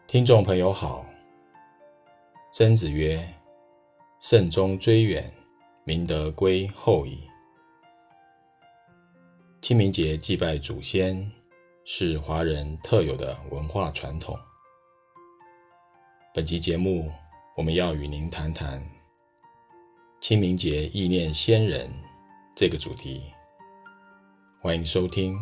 听众朋友好，曾子曰：慎终追远，明德归后矣。清明节祭拜祖先是华人特有的文化传统。本期节目我们要与您谈谈清明节忆念先人这个主题，欢迎收听。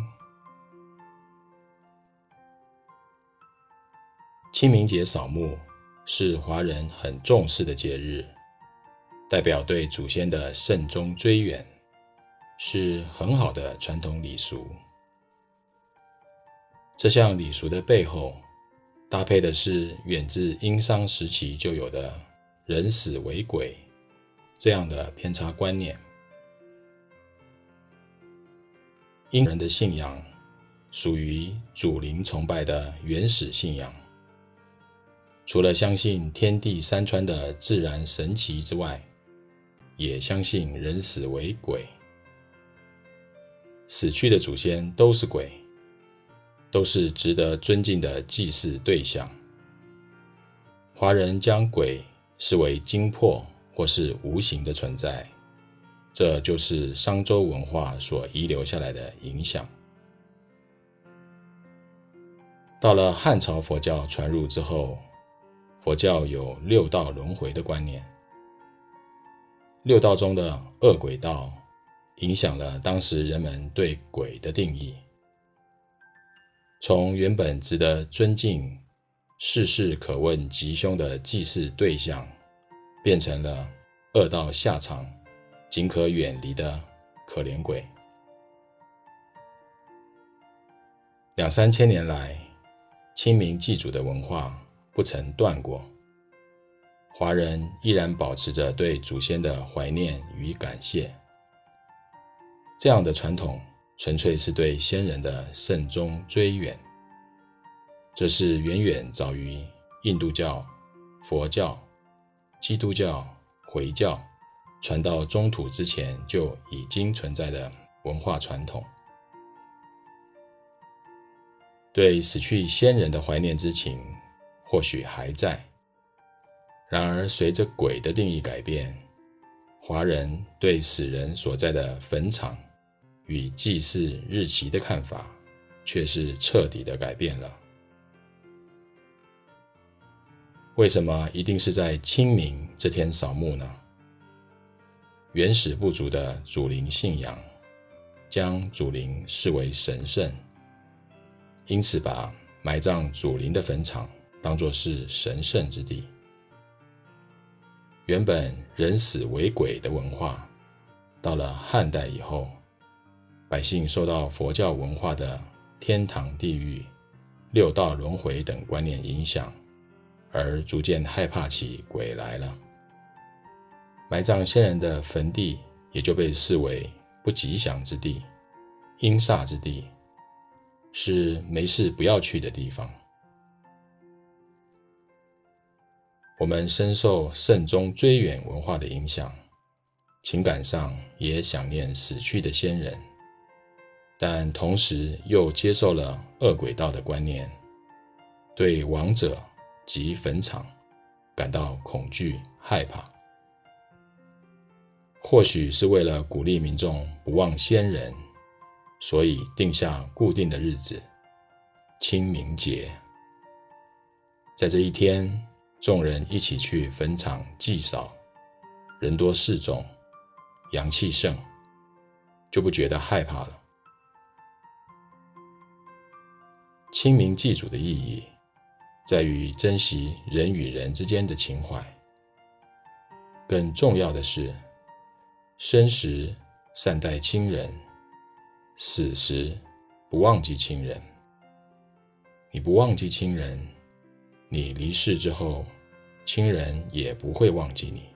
清明节扫墓是华人很重视的节日，代表对祖先的慎终追远，是很好的传统礼俗。这项礼俗的背后，搭配的是远自殷商时期就有的人死为鬼这样的偏差观念。殷人的信仰属于祖灵崇拜的原始信仰，除了相信天地山川的自然神奇之外，也相信人死为鬼，死去的祖先都是鬼，都是值得尊敬的祭祀对象。华人将鬼视为精魄或是无形的存在，这就是商周文化所遗留下来的影响。到了汉朝佛教传入之后，佛教有六道轮回的观念，六道中的恶鬼道影响了当时人们对鬼的定义，从原本值得尊敬、事事可问吉凶的祭祀对象，变成了恶道下场仅可远离的可怜鬼。两三千年来，清明祭祖的文化不曾断过，华人依然保持着对祖先的怀念与感谢。这样的传统纯粹是对先人的慎终追远，这是远远早于印度教、佛教、基督教、回教传到中土之前就已经存在的文化传统。对死去先人的怀念之情或许还在，然而随着鬼的定义改变，华人对死人所在的坟场与祭祀日期的看法却是彻底的改变了。为什么一定是在清明这天扫墓呢？原始部族的祖灵信仰将祖灵视为神圣，因此把埋葬祖灵的坟场当作是神圣之地。原本人死为鬼的文化，到了汉代以后，百姓受到佛教文化的天堂地狱、六道轮回等观念影响，而逐渐害怕起鬼来了。埋葬先人的坟地也就被视为不吉祥之地、阴煞之地，是没事不要去的地方。我们深受慎终追远文化的影响，情感上也想念死去的先人，但同时又接受了恶鬼道的观念，对亡者及坟场感到恐惧害怕。或许是为了鼓励民众不忘先人，所以定下固定的日子，清明节。在这一天，众人一起去坟场祭扫，人多势众，阳气盛，就不觉得害怕了。清明祭祖的意义在于珍惜人与人之间的情怀，更重要的是生时善待亲人，死时不忘记亲人。你不忘记亲人，你离世之后，亲人也不会忘记你。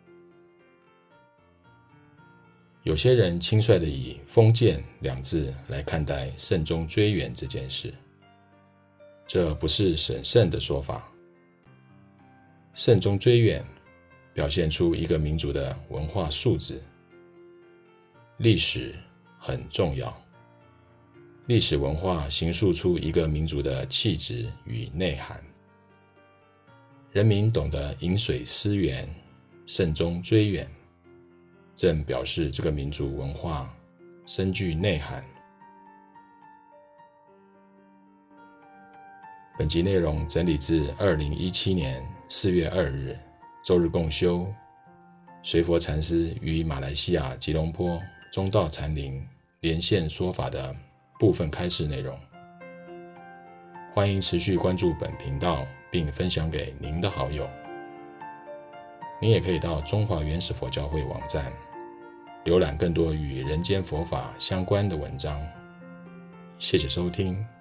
有些人轻率地以封建两字来看待慎终追远这件事，这不是审慎的说法。慎终追远表现出一个民族的文化素质。历史很重要，历史文化形塑出一个民族的气质与内涵。 人民懂得饮水思源，慎终追远，正表示这个民族文化深具内涵。本集内容整理自2017年4月2日周日共修随佛禅师于马来西亚吉隆坡中道禅林连线说法的部分开示内容。欢迎持续关注本频道，并分享给您的好友。您也可以到中华原始佛教会网站浏览更多与人间佛法相关的文章。谢谢收听。